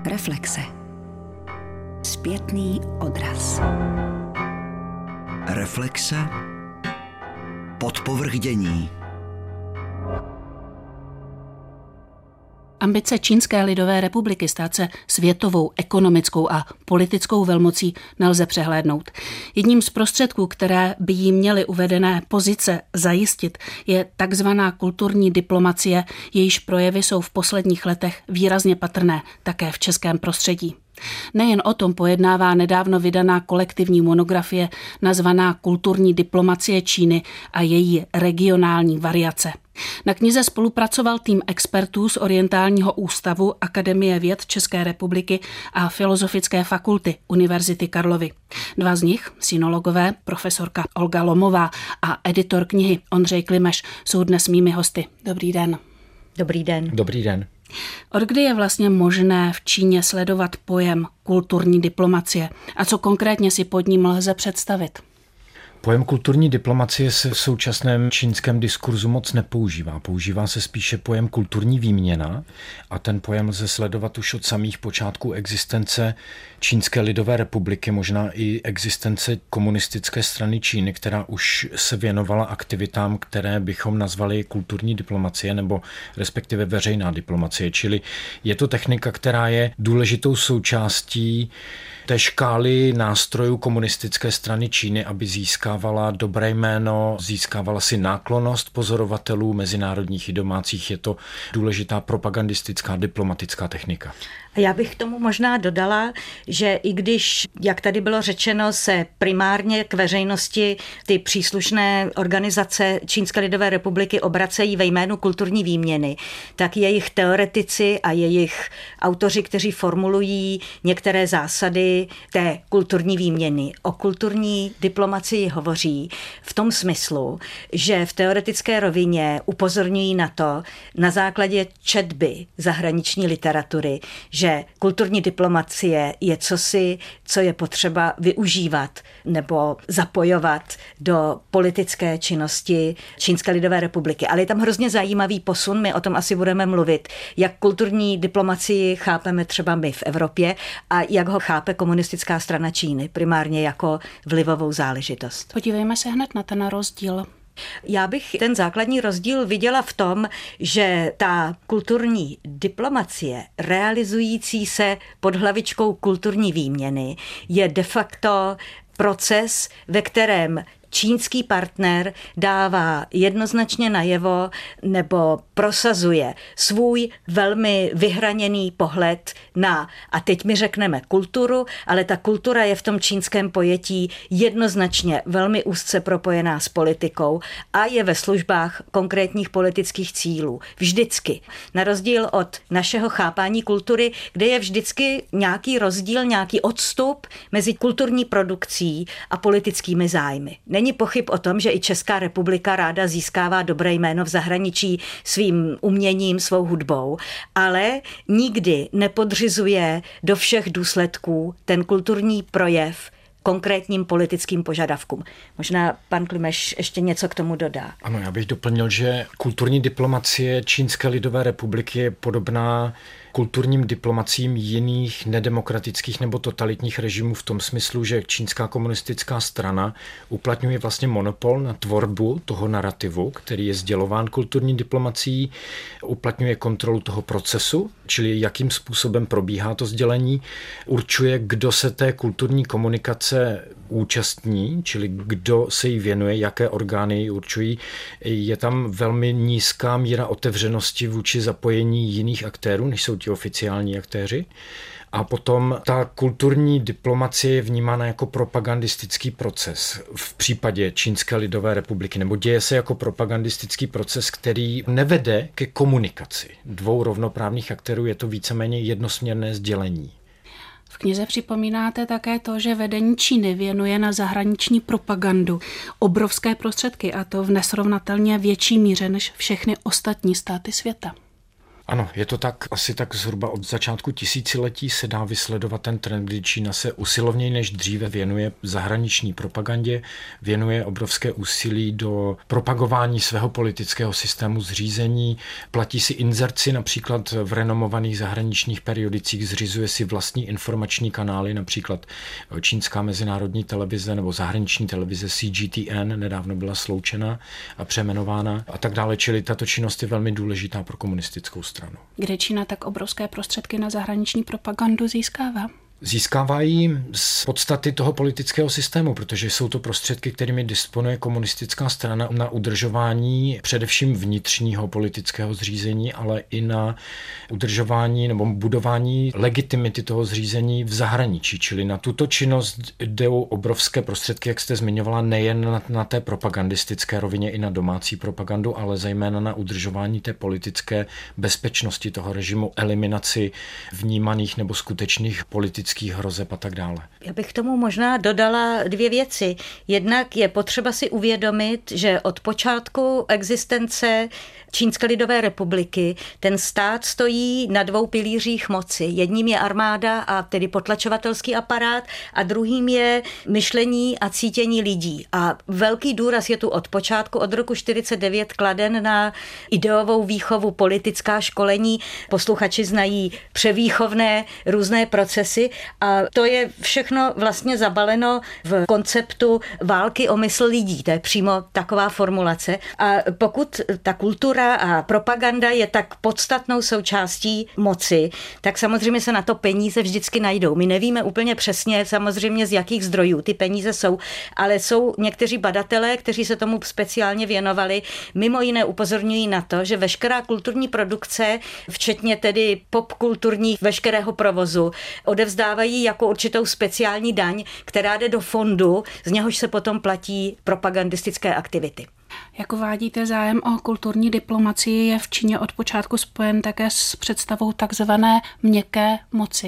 Reflexe. Zpětný odraz. Reflexe. Podpovrchdění. Ambice Čínské lidové republiky stát se světovou ekonomickou a politickou velmocí nelze přehlédnout. Jedním z prostředků, které by jí měly uvedené pozice zajistit, je takzvaná kulturní diplomacie, jejíž projevy jsou v posledních letech výrazně patrné také v českém prostředí. Nejen o tom pojednává nedávno vydaná kolektivní monografie nazvaná Kulturní diplomacie Číny a její regionální variace. Na knize spolupracoval tým expertů z Orientálního ústavu Akademie věd České republiky a Filozofické fakulty Univerzity Karlovy. Dva z nich, sinologové, profesorka Olga Lomová a editor knihy Ondřej Klimeš, jsou dnes mými hosty. Dobrý den. Dobrý den. Dobrý den. Odkdy je vlastně možné v Číně sledovat pojem kulturní diplomacie a co konkrétně si pod ním lze představit? Pojem kulturní diplomacie se v současném čínském diskurzu moc nepoužívá. Používá se spíše pojem kulturní výměna a ten pojem lze sledovat už od samých počátků existence Čínské lidové republiky, možná i existence komunistické strany Číny, která už se věnovala aktivitám, které bychom nazvali kulturní diplomacie nebo respektive veřejná diplomacie. Čili je to technika, která je důležitou součástí té škály nástrojů komunistické strany Číny, aby získávala dobré jméno, získávala si náklonnost pozorovatelů mezinárodních i domácích. Je to důležitá propagandistická diplomatická technika. A já bych k tomu možná dodala, že i když, jak tady bylo řečeno, se primárně k veřejnosti ty příslušné organizace Čínské lidové republiky obracejí ve jménu kulturní výměny, tak jejich teoretici a jejich autoři, kteří formulují některé zásady té kulturní výměny, o kulturní diplomacii hovoří v tom smyslu, že v teoretické rovině upozorňují na to, na základě četby zahraniční literatury, že kulturní diplomacie je cosi, co je potřeba využívat nebo zapojovat do politické činnosti Čínské lidové republiky. Ale je tam hrozně zajímavý posun, my o tom asi budeme mluvit, jak kulturní diplomacii chápeme třeba my v Evropě a jak ho chápe komunistická strana Číny, primárně jako vlivovou záležitost. Podívejme se hned na ten rozdíl. Já bych ten základní rozdíl viděla v tom, že ta kulturní diplomacie realizující se pod hlavičkou kulturní výměny je de facto proces, ve kterém čínský partner dává jednoznačně najevo nebo prosazuje svůj velmi vyhraněný pohled na, a teď my řekneme kulturu, ale ta kultura je v tom čínském pojetí jednoznačně velmi úzce propojená s politikou a je ve službách konkrétních politických cílů. Vždycky. Na rozdíl od našeho chápání kultury, kde je vždycky nějaký rozdíl, nějaký odstup mezi kulturní produkcí a politickými zájmy. Není pochyb o tom, že i Česká republika ráda získává dobré jméno v zahraničí svým uměním, svou hudbou, ale nikdy nepodřizuje do všech důsledků ten kulturní projev konkrétním politickým požadavkům. Možná pan Klimeš ještě něco k tomu dodá. Ano, já bych doplnil, že kulturní diplomacie Čínské lidové republiky je podobná kulturním diplomacím jiných nedemokratických nebo totalitních režimů v tom smyslu, že čínská komunistická strana uplatňuje vlastně monopol na tvorbu toho narrativu, který je sdělován kulturní diplomacií, uplatňuje kontrolu toho procesu, čili jakým způsobem probíhá to sdělení, určuje, kdo se té kulturní komunikace účastní, čili kdo se jí věnuje, jaké orgány ji určují. Je tam velmi nízká míra otevřenosti vůči zapojení jiných aktérů, než jsou ti oficiální aktéři. A potom ta kulturní diplomacie je vnímána jako propagandistický proces v případě Čínské lidové republiky, nebo děje se jako propagandistický proces, který nevede ke komunikaci dvou rovnoprávných aktérů, je to víceméně jednosměrné sdělení. V knize připomínáte také to, že vedení Číny věnuje na zahraniční propagandu obrovské prostředky, a to v nesrovnatelně větší míře než všechny ostatní státy světa. Ano, je to tak, asi tak zhruba od začátku tisíciletí se dá vysledovat ten trend, kdy Čína se usilovněji než dříve věnuje zahraniční propagandě, věnuje obrovské úsilí do propagování svého politického systému zřízení, platí si inzerci například v renomovaných zahraničních periodicích, zřizuje si vlastní informační kanály, například čínská mezinárodní televize nebo zahraniční televize CGTN nedávno byla sloučena a přejmenována a tak dále, čili tato činnost je velmi důležitá pro komunistickou stranu. Kde Čína tak obrovské prostředky na zahraniční propagandu získává? Získávají z podstaty toho politického systému, protože jsou to prostředky, kterými disponuje komunistická strana na udržování především vnitřního politického zřízení, ale i na udržování nebo budování legitimity toho zřízení v zahraničí. Čili na tuto činnost jdou obrovské prostředky, jak jste zmiňovala, nejen na té propagandistické rovině i na domácí propagandu, ale zejména na udržování té politické bezpečnosti toho režimu, eliminaci vnímaných nebo skutečných politických hrozeb a tak dále. Já bych k tomu možná dodala dvě věci. Jednak je potřeba si uvědomit, že od počátku existence Čínské lidové republiky ten stát stojí na dvou pilířích moci. Jedním je armáda a tedy potlačovatelský aparát a druhým je myšlení a cítění lidí. A velký důraz je tu od počátku, od roku 1949 kladen na ideovou výchovu, politická školení. Posluchači znají převýchovné různé procesy a to je všechno vlastně zabaleno v konceptu války o mysl lidí. To je přímo taková formulace. A pokud ta kultura a propaganda je tak podstatnou součástí moci, tak samozřejmě se na to peníze vždycky najdou. My nevíme úplně přesně samozřejmě z jakých zdrojů ty peníze jsou, ale jsou někteří badatelé, kteří se tomu speciálně věnovali, mimo jiné upozorňují na to, že veškerá kulturní produkce, včetně tedy popkulturních veškerého provozu, odevzdávají jako určitou speciální daň, která jde do fondu, z něhož se potom platí propagandistické aktivity. Jak uvádíte, zájem o kulturní diplomacii je v Číně od počátku spojen také s představou takzvané měkké moci.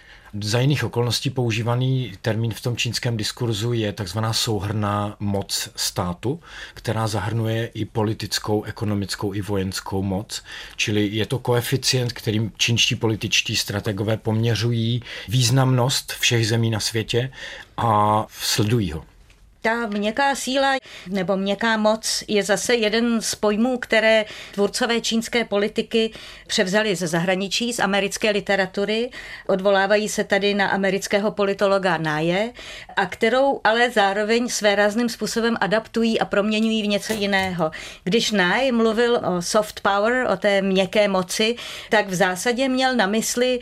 Za jiných okolností používaný termín v tom čínském diskurzu je takzvaná souhrnná moc státu, která zahrnuje i politickou, ekonomickou i vojenskou moc. Čili je to koeficient, kterým čínští političtí strategové poměřují významnost všech zemí na světě a sledují ho. Ta měkká síla nebo měkká moc je zase jeden z pojmů, které tvůrcové čínské politiky převzali ze zahraničí, z americké literatury. Odvolávají se tady na amerického politologa Nye, a kterou ale zároveň svérázným způsobem adaptují a proměňují v něco jiného. Když Nye mluvil o soft power, o té měkké moci, tak v zásadě měl na mysli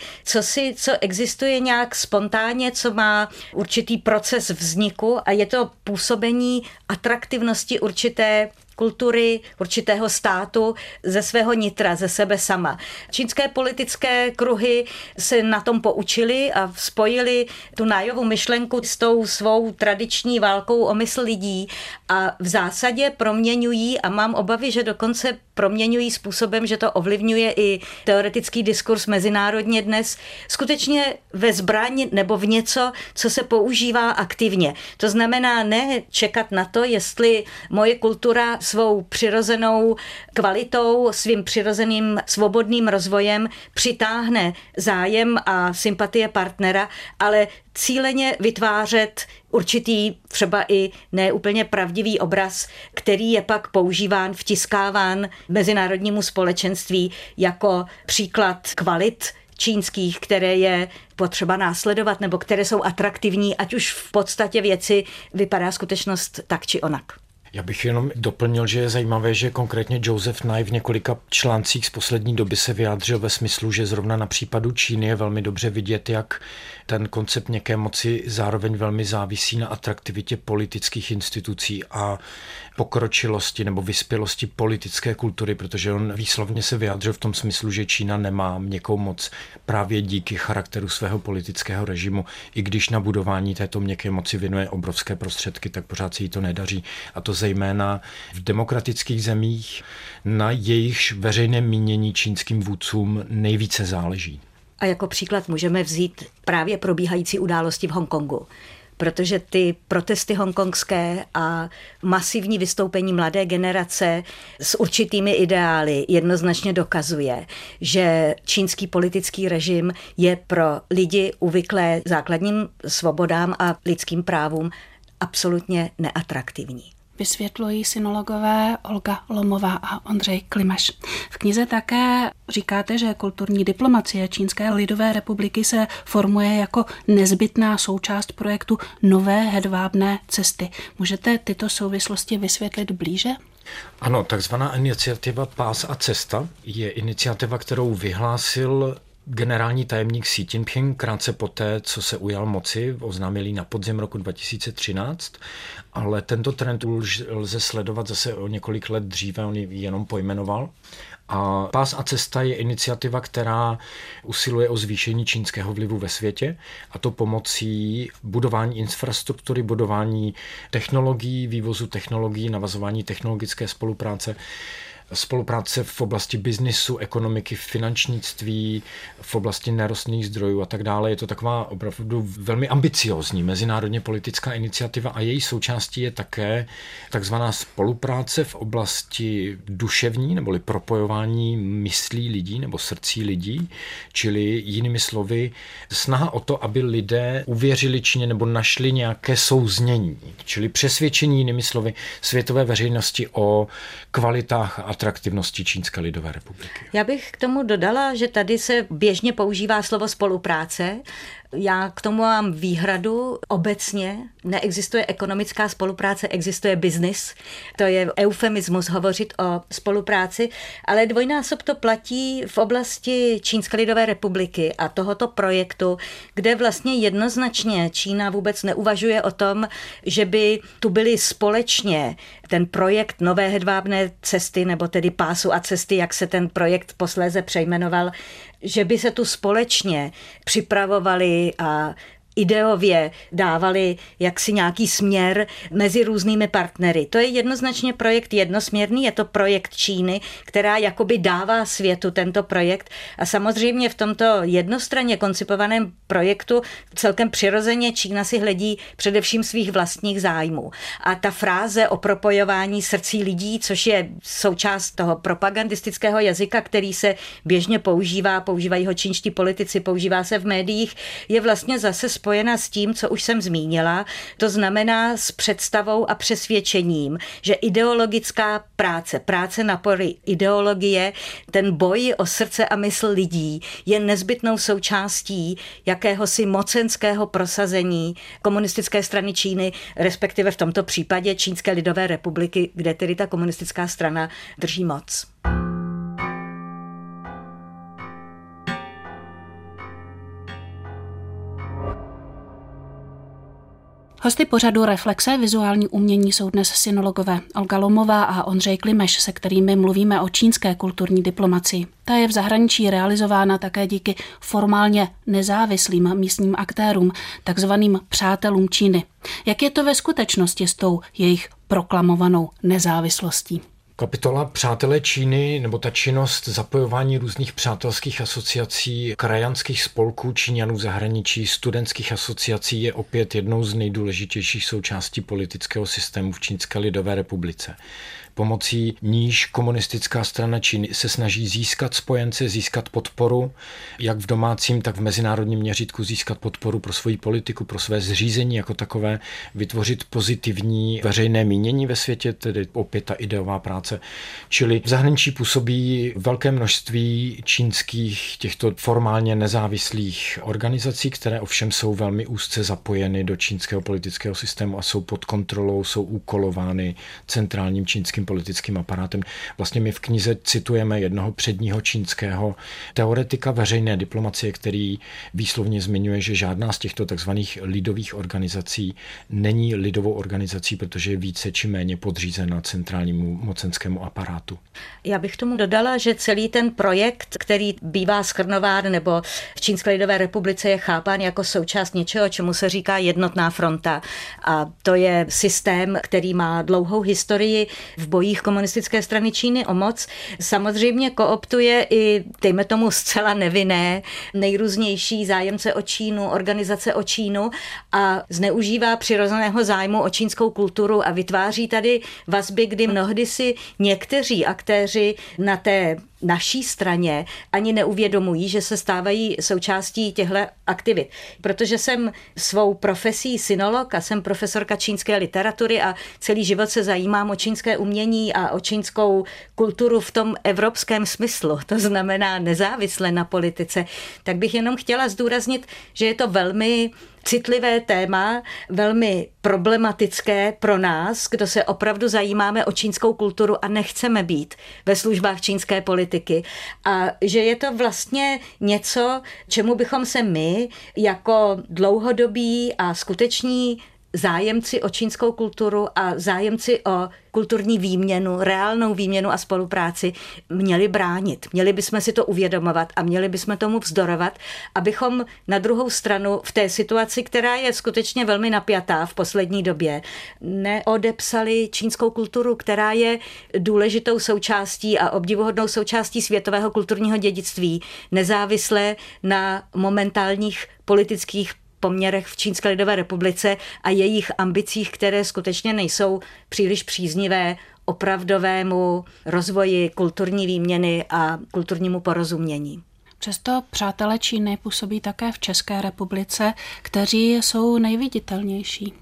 co existuje nějak spontánně, co má určitý proces vzniku a je to působení atraktivnosti určité kultury, určitého státu ze svého nitra, ze sebe sama. Čínské politické kruhy se na tom poučili a spojili tu Nyeovu myšlenku s tou svou tradiční válkou o mysl lidí a v zásadě proměňují a mám obavy, že dokonce proměňují způsobem, že to ovlivňuje i teoretický diskurs mezinárodně dnes, skutečně ve zbraň nebo v něco, co se používá aktivně. To znamená ne čekat na to, jestli moje kultura svou přirozenou kvalitou, svým přirozeným svobodným rozvojem přitáhne zájem a sympatie partnera, ale cíleně vytvářet určitý třeba i neúplně pravdivý obraz, který je pak používán, vtiskáván mezinárodnímu společenství jako příklad kvalit čínských, které je potřeba následovat nebo které jsou atraktivní, ať už v podstatě věci vypadá skutečnost tak či onak. Já bych jenom doplnil, že je zajímavé, že konkrétně Joseph Nye v několika článcích z poslední doby se vyjádřil ve smyslu, že zrovna na případu Číny je velmi dobře vidět, jak ten koncept měkké moci zároveň velmi závisí na atraktivitě politických institucí a pokročilosti nebo vyspělosti politické kultury, protože on výslovně se vyjádřil v tom smyslu, že Čína nemá měkkou moc právě díky charakteru svého politického režimu. I když na budování této měkké moci věnuje obrovské prostředky, tak pořád se jí to nedaří. A to zejména v demokratických zemích, na jejichž veřejném mínění čínským vůdcům nejvíce záleží. A jako příklad můžeme vzít právě probíhající události v Hongkongu. protože ty protesty hongkongské a masivní vystoupení mladé generace s určitými ideály jednoznačně dokazuje, že čínský politický režim je pro lidi uvyklé základním svobodám a lidským právům absolutně neatraktivní. Vysvětlují sinologové Olga Lomová a Ondřej Klimeš. V knize také říkáte, že kulturní diplomacie Čínské lidové republiky se formuje jako nezbytná součást projektu Nové hedvábné cesty. Můžete tyto souvislosti vysvětlit blíže? Ano, takzvaná iniciativa Pás a cesta je iniciativa, kterou vyhlásil generální tajemník Xi Jinping krátce poté, co se ujal moci, oznámil ji na podzim roku 2013, ale tento trend už lze sledovat zase o několik let dříve, on ji jenom pojmenoval. A Pás a cesta je iniciativa, která usiluje o zvýšení čínského vlivu ve světě, a to pomocí budování infrastruktury, budování technologií, vývozu technologií, navazování technologické spolupráce v oblasti biznisu, ekonomiky, finančnictví, v oblasti nerostných zdrojů a tak dále. Je to taková opravdu velmi ambiciózní mezinárodně politická iniciativa a její součástí je také takzvaná spolupráce v oblasti duševní neboli propojování myslí lidí nebo srdcí lidí, čili jinými slovy snaha o to, aby lidé uvěřili Číně nebo našli nějaké souznění, čili přesvědčení jinými slovy světové veřejnosti o kvalitách a atraktivnosti Čínské lidové republiky. Já bych k tomu dodala, že tady se běžně používá slovo spolupráce. Já k tomu mám výhradu. Obecně neexistuje ekonomická spolupráce, existuje biznis. To je eufemismus hovořit o spolupráci, ale dvojnásob to platí v oblasti Čínské lidové republiky a tohoto projektu, kde vlastně jednoznačně Čína vůbec neuvažuje o tom, že by tu byli společně ten projekt Nové hedvábné cesty, nebo tedy Pásu a cesty, jak se ten projekt posléze přejmenoval, že by se tu společně připravovali a ideově dávali jaksi nějaký směr mezi různými partnery. To je jednoznačně projekt jednosměrný, je to projekt Číny, která jakoby dává světu tento projekt a samozřejmě v tomto jednostranně koncipovaném projektu celkem přirozeně Čína si hledí především svých vlastních zájmů. A ta fráze o propojování srdcí lidí, což je součást toho propagandistického jazyka, který se běžně používají ho čínští politici, používá se v médiích, je vlastně zase spojena s tím, co už jsem zmínila, to znamená s představou a přesvědčením, že ideologická práce na poli ideologie, ten boj o srdce a mysl lidí je nezbytnou součástí jakéhosi mocenského prosazení komunistické strany Číny, respektive v tomto případě Čínské lidové republiky, kde tedy ta komunistická strana drží moc. Hosty pořadu Reflexe vizuální umění jsou dnes sinologové Olga Lomová a Ondřej Klimeš, se kterými mluvíme o čínské kulturní diplomacii. Ta je v zahraničí realizována také díky formálně nezávislým místním aktérům, takzvaným přátelům Číny. Jak je to ve skutečnosti s tou jejich proklamovanou nezávislostí? Kapitola Přátelé Číny, nebo ta činnost zapojování různých přátelských asociací, krajanských spolků Číňanů v zahraničí, studentských asociací je opět jednou z nejdůležitějších součástí politického systému v Čínské lidové republice. Pomocí níž komunistická strana Číny se snaží získat spojence, získat podporu, jak v domácím, tak v mezinárodním měřítku získat podporu pro svoji politiku, pro své zřízení jako takové, vytvořit pozitivní veřejné mínění ve světě, tedy opět ta ideová práce. Čili v zahraničí působí velké množství čínských těchto formálně nezávislých organizací, které ovšem jsou velmi úzce zapojeny do čínského politického systému a jsou pod kontrolou, jsou úkolovány centrálním čínským politickým aparátem. Vlastně my v knize citujeme jednoho předního čínského teoretika veřejné diplomacie, který výslovně zmiňuje, že žádná z těchto takzvaných lidových organizací není lidovou organizací, protože je více či méně podřízena centrálnímu mocenskému aparátu. Já bych tomu dodala, že celý ten projekt, který bývá shrnován nebo v Čínské lidové republice je chápán jako součást něčeho, čemu se říká jednotná fronta. A to je systém, který má dlouhou historii v bojích komunistické strany Číny o moc, samozřejmě kooptuje i, dejme tomu, zcela nevinné nejrůznější zájemce o Čínu, organizace o Čínu a zneužívá přirozeného zájmu o čínskou kulturu a vytváří tady vazby, kdy mnohdy si někteří aktéři na té naší straně ani neuvědomují, že se stávají součástí těchto aktivit. Protože jsem svou profesí sinolog a jsem profesorka čínské literatury a celý život se zajímám o čínské umění a o čínskou kulturu v tom evropském smyslu, to znamená nezávisle na politice, tak bych jenom chtěla zdůraznit, že je to velmi citlivé téma, velmi problematické pro nás, kdo se opravdu zajímáme o čínskou kulturu a nechceme být ve službách čínské politiky. A že je to vlastně něco, čemu bychom se my jako dlouhodobí a skuteční zájemci o čínskou kulturu a zájemci o kulturní výměnu, reálnou výměnu a spolupráci měli bránit. Měli bychom si to uvědomovat a měli bychom tomu vzdorovat, abychom na druhou stranu v té situaci, která je skutečně velmi napjatá v poslední době, neodepsali čínskou kulturu, která je důležitou součástí a obdivuhodnou součástí světového kulturního dědictví, nezávisle na momentálních politických poměrech v Čínské lidové republice a jejich ambicích, které skutečně nejsou příliš příznivé opravdovému rozvoji kulturní výměny a kulturnímu porozumění. Přesto přátelé Číny působí také v České republice, kteří jsou nejviditelnější.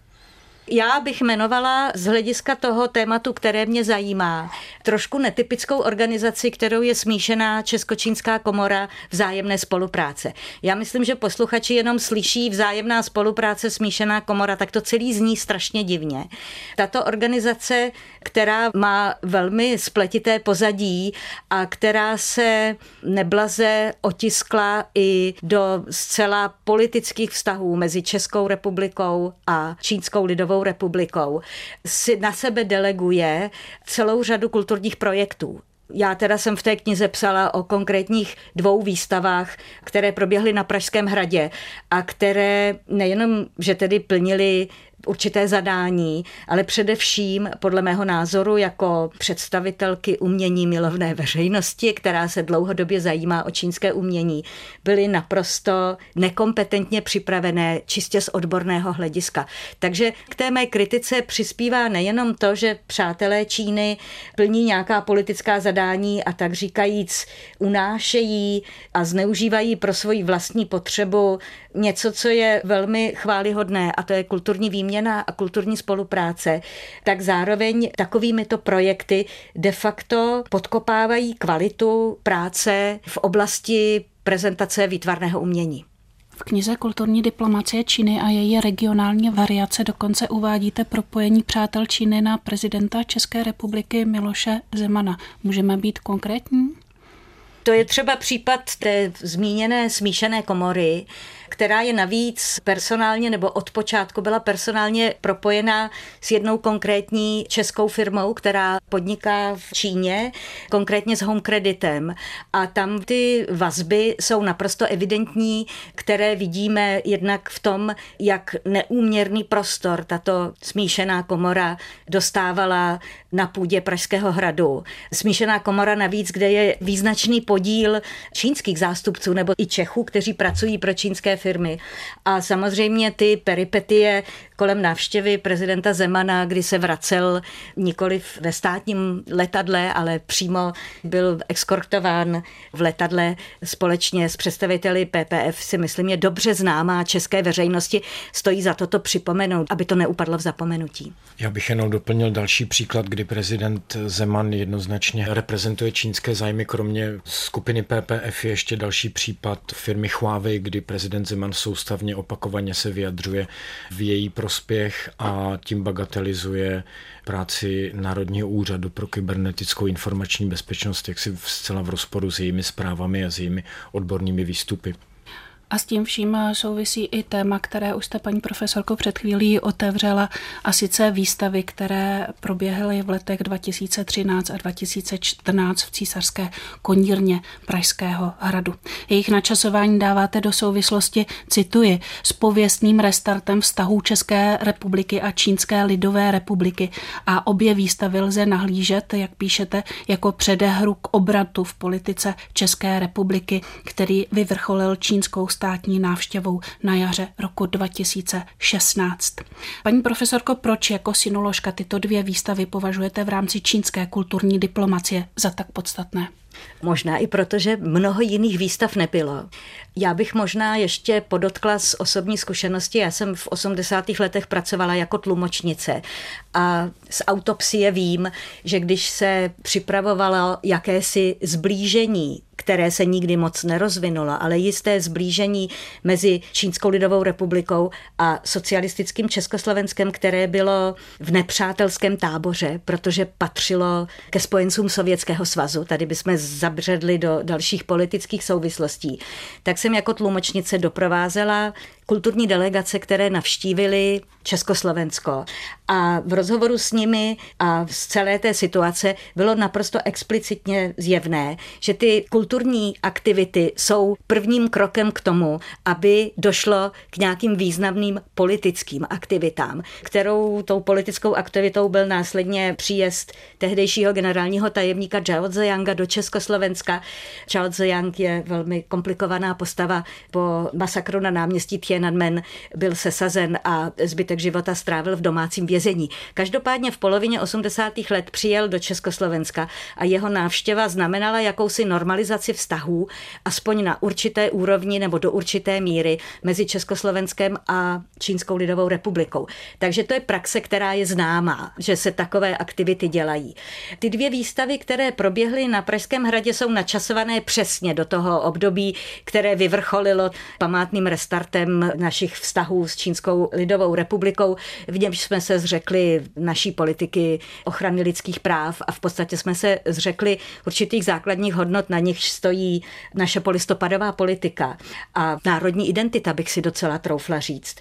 Já bych jmenovala z hlediska toho tématu, které mě zajímá, trošku netypickou organizaci, kterou je smíšená Česko-čínská komora vzájemné spolupráce. Já myslím, že posluchači jenom slyší vzájemná spolupráce, smíšená komora, tak to celý zní strašně divně. Tato organizace, která má velmi spletité pozadí a která se neblaze otiskla i do zcela politických vztahů mezi Českou republikou a Čínskou lidovou republikou, si na sebe deleguje celou řadu kulturních projektů. Já teda jsem v té knize psala o konkrétních 2 výstavách, které proběhly na Pražském hradě a které nejenom, že tedy plnily určité zadání, ale především podle mého názoru jako představitelky umění milovné veřejnosti, která se dlouhodobě zajímá o čínské umění, byly naprosto nekompetentně připravené čistě z odborného hlediska. Takže k té mé kritice přispívá nejenom to, že přátelé Číny plní nějaká politická zadání a tak říkajíc unášejí a zneužívají pro svoji vlastní potřebu něco, co je velmi chvályhodné, a to je kulturní výměna a kulturní spolupráce, tak zároveň takovýmito projekty de facto podkopávají kvalitu práce v oblasti prezentace výtvarného umění. V knize Kulturní diplomacie Číny a její regionální variace dokonce uvádíte propojení přátel Číny na prezidenta České republiky Miloše Zemana. Můžeme být konkrétní? To je třeba případ té zmíněné smíšené komory, která je navíc personálně nebo od počátku byla personálně propojená s jednou konkrétní českou firmou, která podniká v Číně, konkrétně s Home Creditem. A tam ty vazby jsou naprosto evidentní, které vidíme jednak v tom, jak neúměrný prostor tato smíšená komora dostávala na půdě Pražského hradu. Smíšená komora navíc, kde je význačný podíl čínských zástupců nebo i Čechů, kteří pracují pro čínské firmy. A samozřejmě ty peripetie kolem návštěvy prezidenta Zemana, kdy se vracel nikoliv ve státním letadle, ale přímo byl eskortován v letadle společně s představiteli PPF, si myslím, je dobře známá české veřejnosti. Stojí za to připomenout, aby to neupadlo v zapomenutí. Já bych jenom doplnil další příklad, kdy prezident Zeman jednoznačně reprezentuje čínské zájmy. Kromě skupiny PPF je ještě další případ firmy Huawei, kdy prezident Zeman soustavně opakovaně se vyjadřuje v její prospěch a tím bagatelizuje práci Národního úřadu pro kybernetickou informační bezpečnost, jaksi zcela v rozporu s jejími zprávami a s jejími odbornými výstupy. A s tím vším souvisí i téma, které už jste, paní profesorko, před chvílí otevřela, a sice výstavy, které proběhly v letech 2013 a 2014 v Císařské konírně Pražského hradu. Jejich načasování dáváte do souvislosti, cituji, s pověstným restartem vztahů České republiky a Čínské lidové republiky, a obě výstavy lze nahlížet, jak píšete, jako předehru k obratu v politice České republiky, který vyvrcholil čínskou státní návštěvou na jaře roku 2016. Paní profesorko, proč jako sinoložka tyto dvě výstavy považujete v rámci čínské kulturní diplomacie za tak podstatné? Možná i proto, že mnoho jiných výstav nebylo. Já bych možná ještě podotkla z osobní zkušenosti. Já jsem v 80. letech pracovala jako tlumočnice a z autopsie vím, že když se připravovalo jakési zblížení, které se nikdy moc nerozvinulo, ale jisté zblížení mezi Čínskou lidovou republikou a socialistickým Československem, které bylo v nepřátelském táboře, protože patřilo ke spojencům Sovětského svazu. Tady bychom zabředli do dalších politických souvislostí. Tak jsem jako tlumočnice doprovázela kulturní delegace, které navštívily Československo. A v rozhovoru s nimi a z celé té situace bylo naprosto explicitně zjevné, že ty kulturní aktivity jsou prvním krokem k tomu, aby došlo k nějakým významným politickým aktivitám, kterou tou politickou aktivitou byl následně příjezd tehdejšího generálního tajemníka Zhao Ziyanga do Československa. Zhao Ziyang je velmi komplikovaná postava. Po masakru na náměstí Tiananmen byl sesazen a zbytek života strávil v domácím vězení. Každopádně v polovině 80. let přijel do Československa a jeho návštěva znamenala jakousi normalizaci vztahů, aspoň na určité úrovni nebo do určité míry mezi Československem a Čínskou lidovou republikou. Takže to je praxe, která je známá, že se takové aktivity dělají. Ty dvě výstavy, které proběhly na Pražském hradě, jsou načasované přesně do toho období, které vyvrcholilo památným restartem našich vztahů s Čínskou lidovou republikou, v němž jsme se zřekli naší politiky ochrany lidských práv a v podstatě jsme se zřekli určitých základních hodnot, na nich stojí naše polistopadová politika a národní identita, bych si docela troufla říct.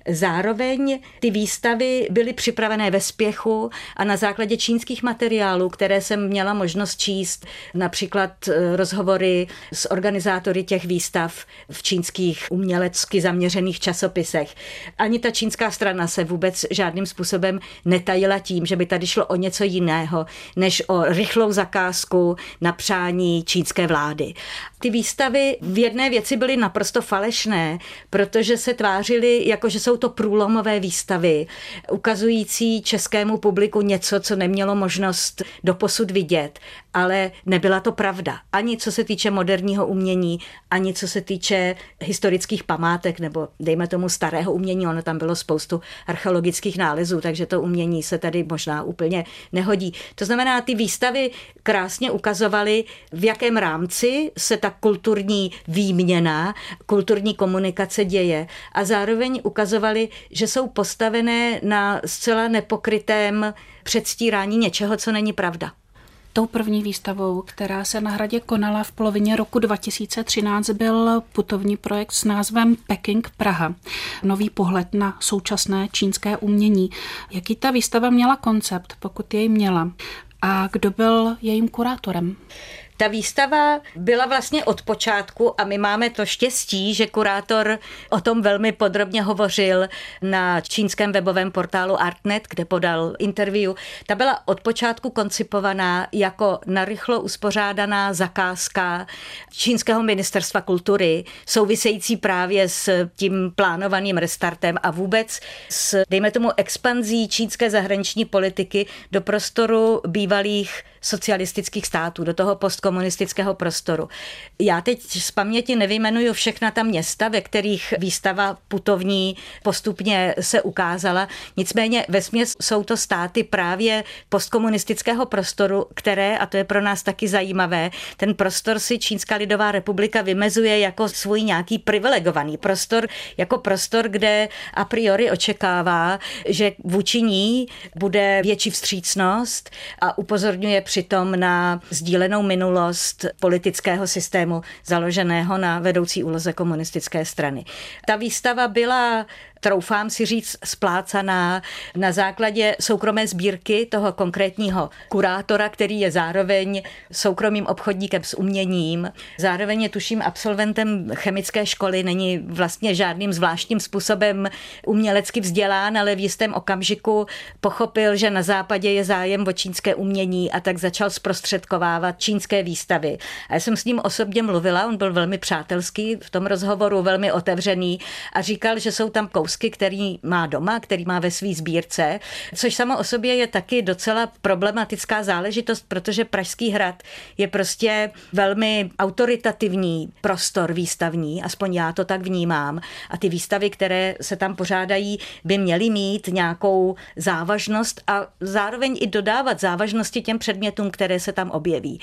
Zároveň ty výstavy byly připravené ve spěchu a na základě čínských materiálů, které jsem měla možnost číst, například rozhovory s organizátory těch výstav v čínských umělecky zaměřených časopisech. Ani ta čínská strana se vůbec žádným způsobem netajila tím, že by tady šlo o něco jiného, než o rychlou zakázku na přání čínské vlády. Ty výstavy v jedné věci byly naprosto falešné, protože se tvářily, jako že jsou to průlomové výstavy, ukazující českému publiku něco, co nemělo možnost doposud vidět, ale nebyla to pravda. Ani co se týče moderního umění, ani co se týče historických památek, nebo dejme tomu starého umění, ono tam bylo spoustu archeologických nálezů, takže to umění se tady možná úplně nehodí. To znamená, ty výstavy krásně ukazovaly, v jakém rámci se ta kulturní výměna, kulturní komunikace děje a zároveň ukazovaly, že jsou postavené na zcela nepokrytém předstírání něčeho, co není pravda. Tou první výstavou, která se na hradě konala v polovině roku 2013, byl putovní projekt s názvem Peking Praha. Nový pohled na současné čínské umění. Jaký ta výstava měla koncept, pokud jej měla? A kdo byl jejím kurátorem? Ta výstava byla vlastně od počátku a my máme to štěstí, že kurátor o tom velmi podrobně hovořil na čínském webovém portálu Artnet, kde podal interview. Ta byla od počátku koncipovaná jako narychlo uspořádaná zakázka čínského ministerstva kultury, související právě s tím plánovaným restartem a vůbec s, dejme tomu, expanzí čínské zahraniční politiky do prostoru bývalých socialistických států, do toho postkomunistického prostoru. Já teď z paměti nevyjmenuju všechna ta města, ve kterých výstava putovní postupně se ukázala. Nicméně vesměs jsou to státy právě postkomunistického prostoru, které, a to je pro nás taky zajímavé, ten prostor si Čínská lidová republika vymezuje jako svůj nějaký privilegovaný prostor, jako prostor, kde a priori očekává, že vůči ní bude větší vstřícnost a upozorňuje přitom na sdílenou minulost politického systému založeného na vedoucí úloze komunistické strany. Ta výstava byla, troufám si říct, splácaná na základě soukromé sbírky toho konkrétního kurátora, který je zároveň soukromým obchodníkem s uměním. Zároveň je, tuším, absolventem chemické školy, není vlastně žádným zvláštním způsobem umělecky vzdělán, ale v jistém okamžiku pochopil, že na západě je zájem o čínské umění a tak začal zprostředkovávat čínské výstavy. A já jsem s ním osobně mluvila, on byl velmi přátelský v tom rozhovoru, velmi otevřený a říkal, že jsou tam kousky, který má doma, který má ve své sbírce, což samo o sobě je taky docela problematická záležitost, protože Pražský hrad je prostě velmi autoritativní prostor výstavní, aspoň já to tak vnímám. A ty výstavy, které se tam pořádají, by měly mít nějakou závažnost a zároveň i dodávat závažnosti těm předmětům, které se tam objeví.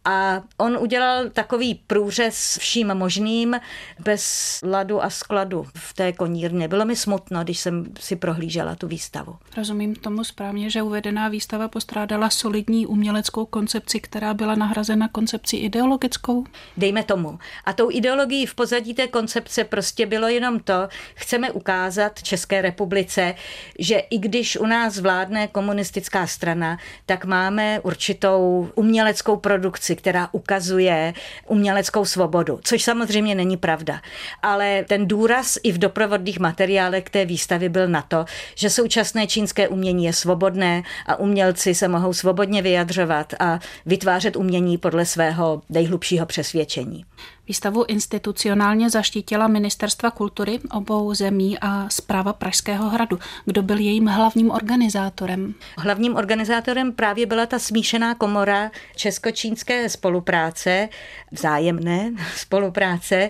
A on udělal takový průřez vším možným, bez ladu a skladu v té konírně. Bylo mi smutno, když jsem si prohlížela tu výstavu. Rozumím tomu správně, že uvedená výstava postrádala solidní uměleckou koncepci, která byla nahrazena koncepcí ideologickou? Dejme tomu. A tou ideologií v pozadí té koncepce prostě bylo jenom to, chceme ukázat České republice, že i když u nás vládne komunistická strana, tak máme určitou uměleckou produkci, která ukazuje uměleckou svobodu, což samozřejmě není pravda. Ale ten důraz i v doprovodných materiálech k té výstavy byl na to, že současné čínské umění je svobodné a umělci se mohou svobodně vyjadřovat a vytvářet umění podle svého nejhlubšího přesvědčení. Výstavu institucionálně zaštítila Ministerstva kultury obou zemí a správa Pražského hradu. Kdo byl jejím hlavním organizátorem? Hlavním organizátorem právě byla ta smíšená komora česko-čínské spolupráce, vzájemné spolupráce.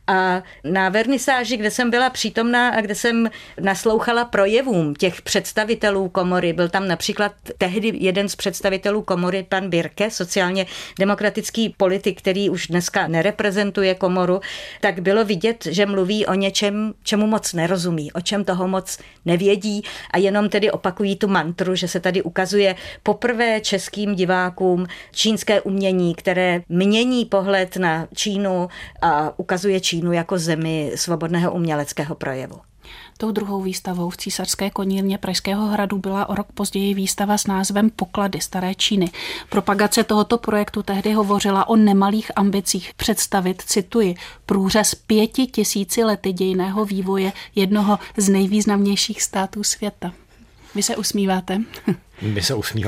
A na vernisáži, kde jsem byla přítomná a kde jsem naslouchala projevům těch představitelů komory, byl tam například tehdy jeden z představitelů komory, pan Birke, sociálně demokratický politik, který už dneska nereprezentuje komoru, tak bylo vidět, že mluví o něčem, čemu moc nerozumí, o čem toho moc nevědí a jenom tedy opakují tu mantru, že se tady ukazuje poprvé českým divákům čínské umění, které mění pohled na Čínu a ukazuje Čínu jako zemi svobodného uměleckého projevu. Tou druhou výstavou v Císařské konírně Pražského hradu byla o rok později výstava s názvem Poklady staré Číny. Propagace tohoto projektu tehdy hovořila o nemalých ambicích představit, cituji, průřez 5000 lety dějinného vývoje jednoho z nejvýznamnějších států světa. Vy se usmíváte? My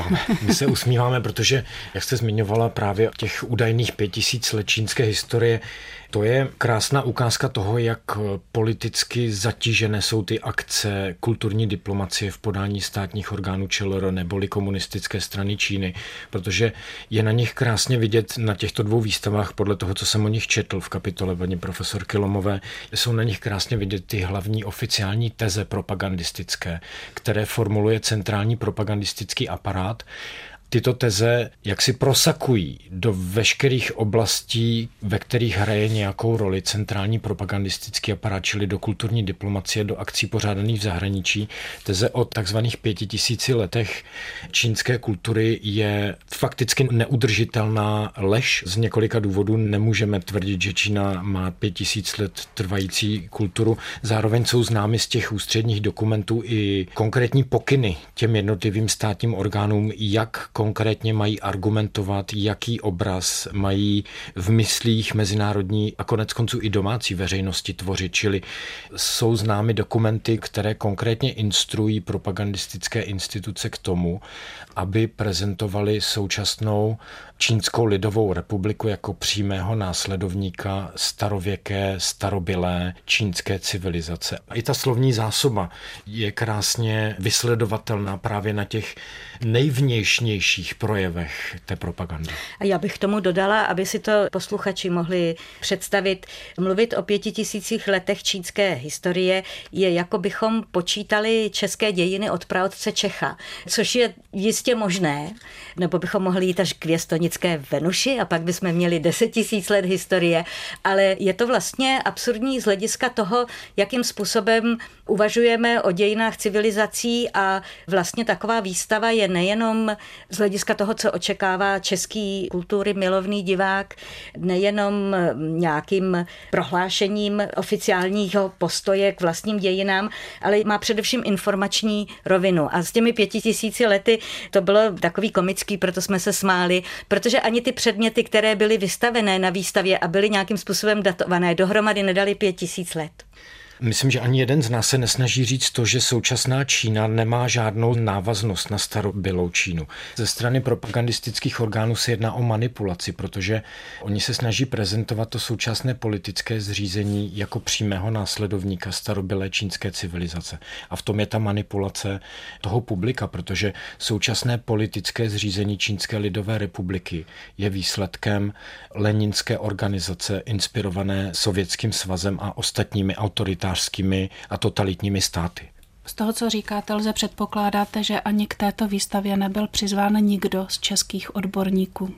se usmíváme, protože, jak jste zmiňovala, právě těch údajných 5000 let čínské historie, to je krásná ukázka toho, jak politicky zatížené jsou ty akce kulturní diplomacie v podání státních orgánů ČLR neboli komunistické strany Číny, protože je na nich krásně vidět na těchto dvou výstavách, podle toho, co jsem o nich četl v kapitole paní profesorky Lomové, jsou na nich krásně vidět ty hlavní oficiální teze propagandistické, které formuluje centrální propagandistický aparát. Tyto teze jaksi prosakují do veškerých oblastí, ve kterých hraje nějakou roli centrální propagandistický aparát, čili do kulturní diplomacie, do akcí pořádaných v zahraničí. Teze o takzvaných 5000 letech čínské kultury je fakticky neudržitelná lež. Z několika důvodů nemůžeme tvrdit, že Čína má 5000 let trvající kulturu. Zároveň jsou známy z těch ústředních dokumentů i konkrétní pokyny těm jednotlivým státním orgánům, jak konkrétně mají argumentovat, jaký obraz mají v myslích mezinárodní a koneckonců i domácí veřejnosti tvořit. Čili jsou známy dokumenty, které konkrétně instruují propagandistické instituce k tomu, aby prezentovali současnou Čínskou lidovou republiku jako přímého následovníka starověké, starobylé čínské civilizace. A i ta slovní zásoba je krásně vysledovatelná právě na těch nejvnějšnějších projevech té propagandy. A já bych tomu dodala, aby si to posluchači mohli představit. Mluvit o 5000 letech čínské historie je, jako bychom počítali české dějiny od praotce Čecha, což je jistě možné, nebo bychom mohli jít až k Věstoně čarodějnické Venuši a pak bychom měli 10 000 let historie, ale je to vlastně absurdní z hlediska toho, jakým způsobem uvažujeme o dějinách civilizací a vlastně taková výstava je nejenom z hlediska toho, co očekává český kultury milovný divák, nejenom nějakým prohlášením oficiálního postoje k vlastním dějinám, ale má především informační rovinu. A s těmi 5000 lety to bylo takový komický, proto jsme se smáli, protože ani ty předměty, které byly vystavené na výstavě a byly nějakým způsobem datované, dohromady nedali 5000 let. Myslím, že ani jeden z nás se nesnaží říct to, že současná Čína nemá žádnou návaznost na starobylou Čínu. Ze strany propagandistických orgánů se jedná o manipulaci, protože oni se snaží prezentovat to současné politické zřízení jako přímého následovníka starobylé čínské civilizace. A v tom je ta manipulace toho publika, protože současné politické zřízení Čínské lidové republiky je výsledkem leninské organizace inspirované Sovětským svazem a ostatními autoritářskými a totalitními státy. Z toho, co říkáte, lze předpokládat, že ani k této výstavě nebyl přizván nikdo z českých odborníků.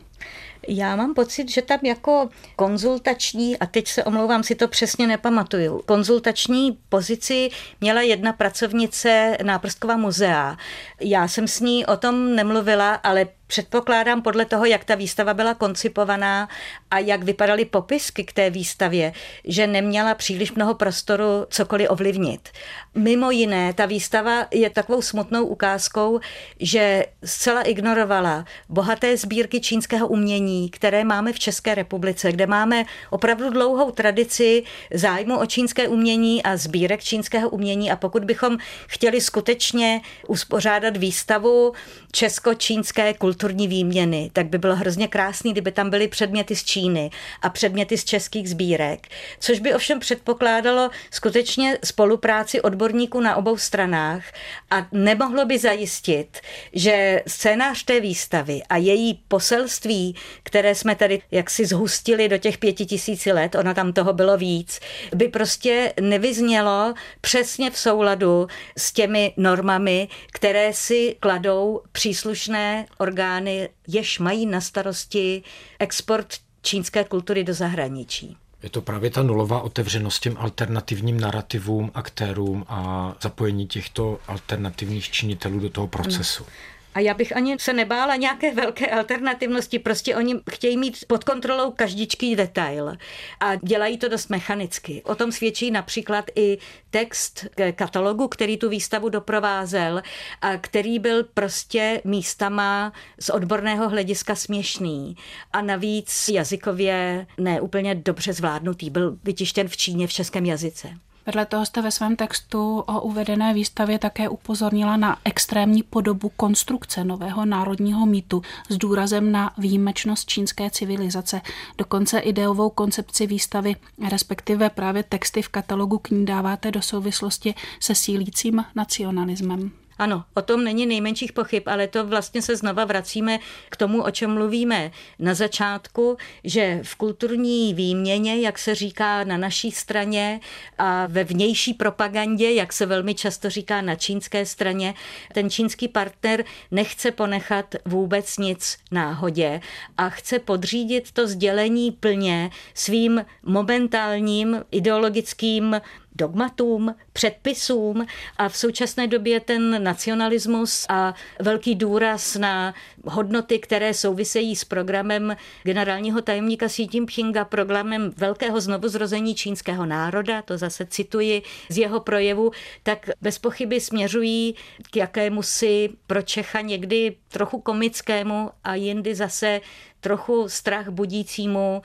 Já mám pocit, že tam jako konzultační, a teď se omlouvám, si to přesně nepamatuju, konzultační pozici měla jedna pracovnice Náprstkova muzea. Já jsem s ní o tom nemluvila, ale předpokládám podle toho, jak ta výstava byla koncipovaná a jak vypadaly popisky k té výstavě, že neměla příliš mnoho prostoru cokoliv ovlivnit. Mimo jiné, ta výstava je takovou smutnou ukázkou, že zcela ignorovala bohaté sbírky čínského umění, které máme v České republice, kde máme opravdu dlouhou tradici zájmu o čínské umění a sbírek čínského umění, a pokud bychom chtěli skutečně uspořádat výstavu česko-čínské kulturní výměny, tak by bylo hrozně krásný, kdyby tam byly předměty z Číny a předměty z českých sbírek, což by ovšem předpokládalo skutečně spolupráci odborníků na obou stranách a nemohlo by zajistit, že scénář té výstavy a její poselství, které jsme tady jaksi zhustili do těch 5000 let, ono tam toho bylo víc, by prostě nevyznělo přesně v souladu s těmi normami, které si kladou příslušné orgány, jež mají na starosti export čínské kultury do zahraničí. Je to právě ta nulová otevřenost těm alternativním narrativům, aktérům a zapojení těchto alternativních činitelů do toho procesu. A já bych ani se nebála nějaké velké alternativnosti, prostě oni chtějí mít pod kontrolou každičký detail a dělají to dost mechanicky. O tom svědčí například i text katalogu, který tu výstavu doprovázel a který byl prostě místama z odborného hlediska směšný a navíc jazykově neúplně dobře zvládnutý. Byl vytištěn v Číně v českém jazyce. Vedle toho jste ve svém textu o uvedené výstavě také upozornila na extrémní podobu konstrukce nového národního mýtu s důrazem na výjimečnost čínské civilizace. Dokonce ideovou koncepci výstavy, respektive právě texty v katalogu k ní dáváte do souvislosti se sílícím nacionalismem. Ano, o tom není nejmenších pochyb, ale to vlastně se znova vracíme k tomu, o čem mluvíme na začátku, že v kulturní výměně, jak se říká na naší straně, a ve vnější propagandě, jak se velmi často říká na čínské straně, ten čínský partner nechce ponechat vůbec nic náhodě a chce podřídit to sdělení plně svým momentálním ideologickým dogmatům, předpisům a v současné době ten nacionalismus a velký důraz na hodnoty, které souvisejí s programem generálního tajemníka Xi Jinpinga, programem velkého znovuzrození čínského národa, to zase cituji z jeho projevu, tak bez pochyby směřují k jakémusi pro Čecha někdy trochu komickému a jindy zase trochu strach budícímu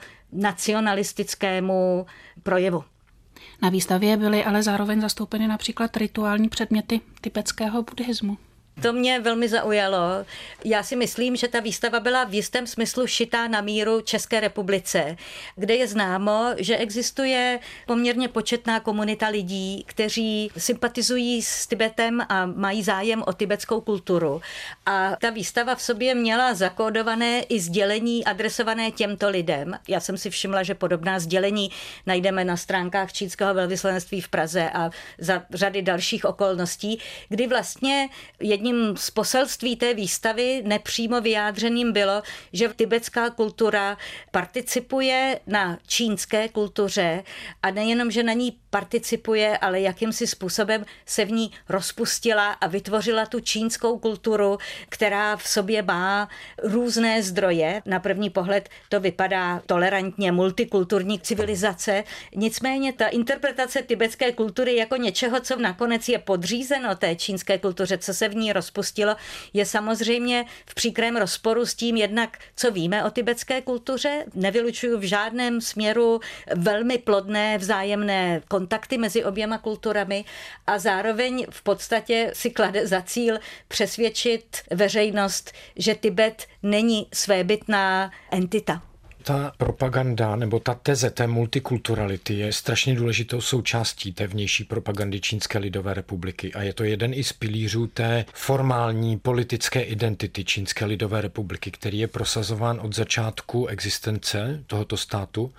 nacionalistickému projevu. Na výstavě byly ale zároveň zastoupeny například rituální předměty tibetského buddhismu. To mě velmi zaujalo. Já si myslím, že ta výstava byla v jistém smyslu šitá na míru České republice, kde je známo, že existuje poměrně početná komunita lidí, kteří sympatizují s Tibetem a mají zájem o tibetskou kulturu. A ta výstava v sobě měla zakódované i sdělení adresované těmto lidem. Já jsem si všimla, že podobná sdělení najdeme na stránkách čínského velvyslanectví v Praze a za řady dalších okolností, kdy vlastně jedním jedním z poselství té výstavy nepřímo vyjádřeným bylo, že tibetská kultura participuje na čínské kultuře a nejenom, že na ní participuje, ale jakýmsi způsobem se v ní rozpustila a vytvořila tu čínskou kulturu, která v sobě má různé zdroje. Na první pohled to vypadá tolerantně, multikulturní civilizace. Nicméně ta interpretace tibetské kultury jako něčeho, co nakonec je podřízeno té čínské kultuře, co se v ní rozpustilo, je samozřejmě v příkrém rozporu s tím jednak, co víme o tibetské kultuře. Nevylučuju v žádném směru velmi plodné vzájemné kontakty mezi oběma kulturami a zároveň v podstatě si klade za cíl přesvědčit veřejnost, že Tibet není svébytná entita. Ta propaganda nebo ta teze té multikulturality je strašně důležitou součástí té vnější propagandy Čínské lidové republiky a je to jeden i z pilířů té formální politické identity Čínské lidové republiky, který je prosazován od začátku existence tohoto státu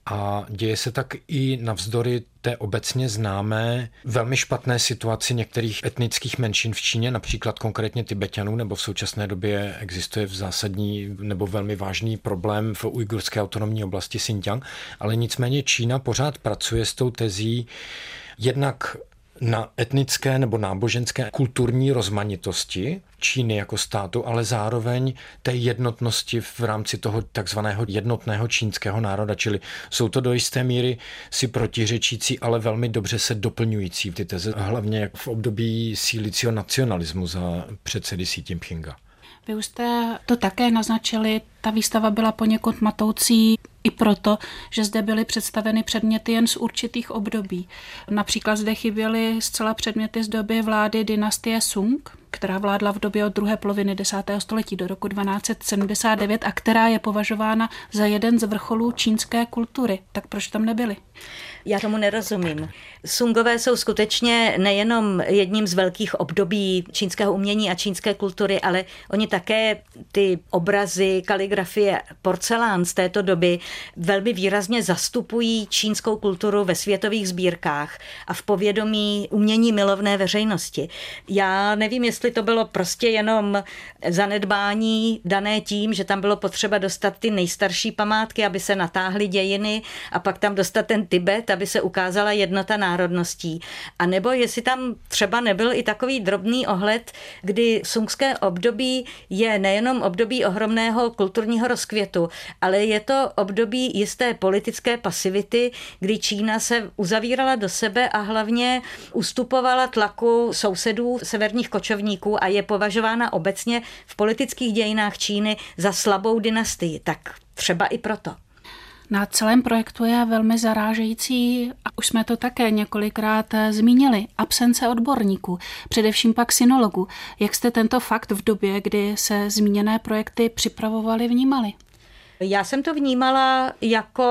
a děje se tak i navzdory té obecně známé velmi špatné situaci některých etnických menšin v Číně, například konkrétně Tibeťanů, nebo v současné době existuje v zásadní nebo velmi vážný problém v ujgurské autonomní oblasti Xinjiang, ale nicméně Čína pořád pracuje s tou tezí jednak na etnické nebo náboženské kulturní rozmanitosti Číny jako státu, ale zároveň té jednotnosti v rámci toho takzvaného jednotného čínského národa, čili jsou to do jisté míry si protiřečící, ale velmi dobře se doplňující ty teze, hlavně v období sílícího nacionalismu za předsedy Xi Jinpinga. Vy už jste to také naznačili, ta výstava byla poněkud matoucí i proto, že zde byly představeny předměty jen z určitých období. Například zde chyběly zcela předměty z doby vlády dynastie Sung, která vládla v době od druhé poloviny 10. století do roku 1279 a která je považována za jeden z vrcholů čínské kultury. Tak proč tam nebyly? Já tomu nerozumím. Sungové jsou skutečně nejenom jedním z velkých období čínského umění a čínské kultury, ale oni také ty obrazy, kaligrafie, porcelán z této doby velmi výrazně zastupují čínskou kulturu ve světových sbírkách a v povědomí umění milovné veřejnosti. Já nevím, jestli to bylo prostě jenom zanedbání dané tím, že tam bylo potřeba dostat ty nejstarší památky, aby se natáhly dějiny a pak tam dostat ten Tibet, aby se ukázala jednota národností. A nebo jestli tam třeba nebyl i takový drobný ohled, kdy sungské období je nejenom období ohromného kulturního rozkvětu, ale je to období jisté politické pasivity, kdy Čína se uzavírala do sebe a hlavně ustupovala tlaku sousedů severních kočovníků a je považována obecně v politických dějinách Číny za slabou dynastii. Tak třeba i proto. Na celém projektu je velmi zarážející, a už jsme to také několikrát zmínili, absence odborníků, především pak sinologů. Jak jste tento fakt v době, kdy se zmíněné projekty připravovaly, vnímali? Já jsem to vnímala jako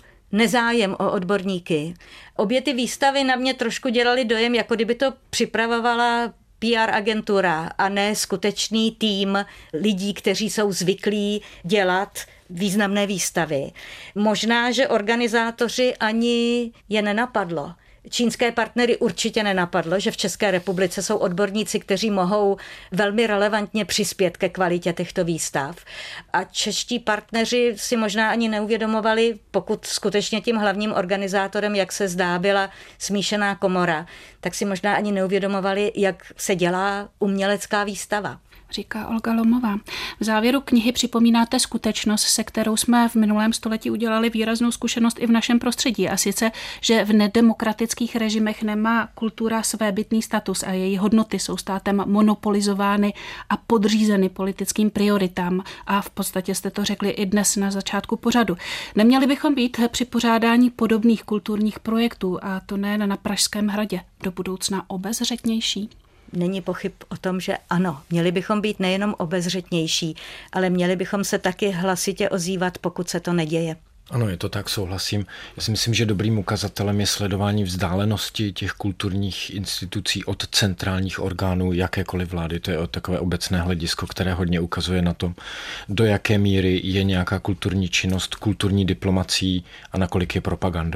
nezájem o odborníky. Obě ty výstavy na mě trošku dělaly dojem, jako kdyby to připravovala PR agentura a ne skutečný tým lidí, kteří jsou zvyklí dělat významné výstavy. Možná, že organizátoři ani je nenapadlo. Čínské partnery určitě nenapadlo, že v České republice jsou odborníci, kteří mohou velmi relevantně přispět ke kvalitě těchto výstav. A čeští partneři si možná ani neuvědomovali, pokud skutečně tím hlavním organizátorem, jak se zdá, byla smíšená komora, tak si možná ani neuvědomovali, jak se dělá umělecká výstava. Říká Olga Lomová. V závěru knihy připomínáte skutečnost, se kterou jsme v minulém století udělali výraznou zkušenost i v našem prostředí, a sice, že v nedemokratických režimech nemá kultura svébytný status a její hodnoty jsou státem monopolizovány a podřízeny politickým prioritám. A v podstatě jste to řekli i dnes na začátku pořadu. Neměli bychom být při pořádání podobných kulturních projektů, a to nejen na Pražském hradě, do budoucna obezřetnější? Není pochyb o tom, že ano, měli bychom být nejenom obezřetnější, ale měli bychom se taky hlasitě ozývat, pokud se to neděje. Ano, je to tak, souhlasím. Já si myslím, že dobrým ukazatelem je sledování vzdálenosti těch kulturních institucí od centrálních orgánů jakékoliv vlády. To je takové obecné hledisko, které hodně ukazuje na tom, do jaké míry je nějaká kulturní činnost, kulturní diplomací a nakolik je propagandou.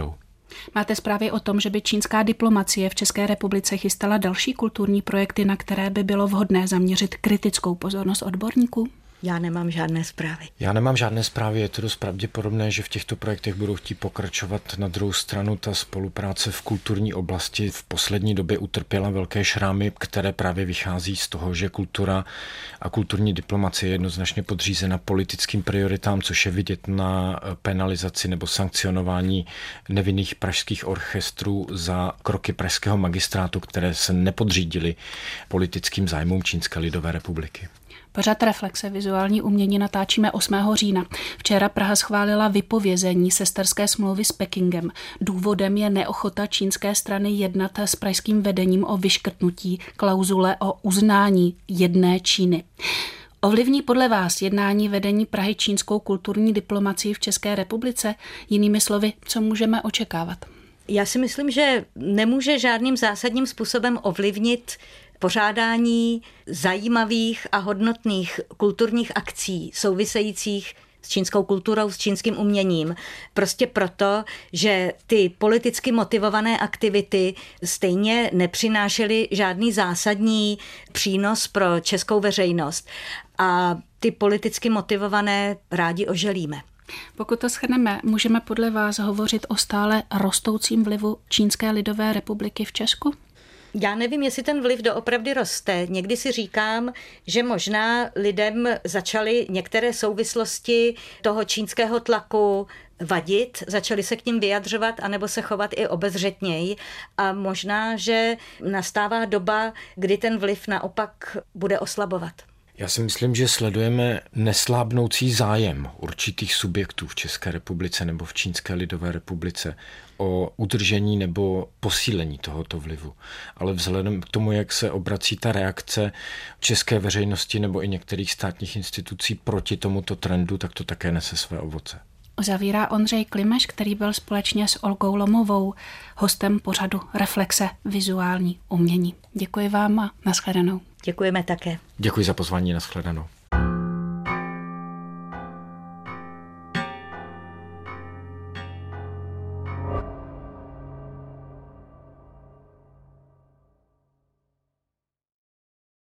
Máte zprávy o tom, že by čínská diplomacie v České republice chystala další kulturní projekty, na které by bylo vhodné zaměřit kritickou pozornost odborníků? Já nemám žádné zprávy. Já nemám žádné zprávy, je to dost pravděpodobné, že v těchto projektech budou chtít pokračovat. Na druhou stranu ta spolupráce v kulturní oblasti v poslední době utrpěla velké šrámy, které právě vychází z toho, že kultura a kulturní diplomacie je jednoznačně podřízena politickým prioritám, což je vidět na penalizaci nebo sankcionování nevinných pražských orchestrů za kroky pražského magistrátu, které se nepodřídily politickým zájmům Čínské lidové republiky. Pořad Reflexe vizuální umění natáčíme 8. října. Včera Praha schválila vypovězení sesterské smlouvy s Pekingem. Důvodem je neochota čínské strany jednat s pražským vedením o vyškrtnutí klauzule o uznání jedné Číny. Ovlivní podle vás jednání vedení Prahy čínskou kulturní diplomacii v České republice? Jinými slovy, co můžeme očekávat? Já si myslím, že nemůže žádným zásadním způsobem ovlivnit pořádání zajímavých a hodnotných kulturních akcí souvisejících s čínskou kulturou, s čínským uměním. Prostě proto, že ty politicky motivované aktivity stejně nepřinášely žádný zásadní přínos pro českou veřejnost. A ty politicky motivované rádi oželíme. Pokud to shrneme, můžeme podle vás hovořit o stále rostoucím vlivu Čínské lidové republiky v Česku? Já nevím, jestli ten vliv doopravdy roste. Někdy si říkám, že možná lidem začaly některé souvislosti toho čínského tlaku vadit, začali se k ním vyjadřovat anebo se chovat i obezřetněji a možná, že nastává doba, kdy ten vliv naopak bude oslabovat. Já si myslím, že sledujeme neslábnoucí zájem určitých subjektů v České republice nebo v Čínské lidové republice o udržení nebo posílení tohoto vlivu. Ale vzhledem k tomu, jak se obrací ta reakce české veřejnosti nebo i některých státních institucí proti tomuto trendu, tak to také nese své ovoce. Zavírá Ondřej Klimeš, který byl společně s Olgou Lomovou hostem pořadu Reflexe vizuální umění. Děkuji vám a nashledanou. Děkujeme také. Děkuji za pozvání, nashledanou.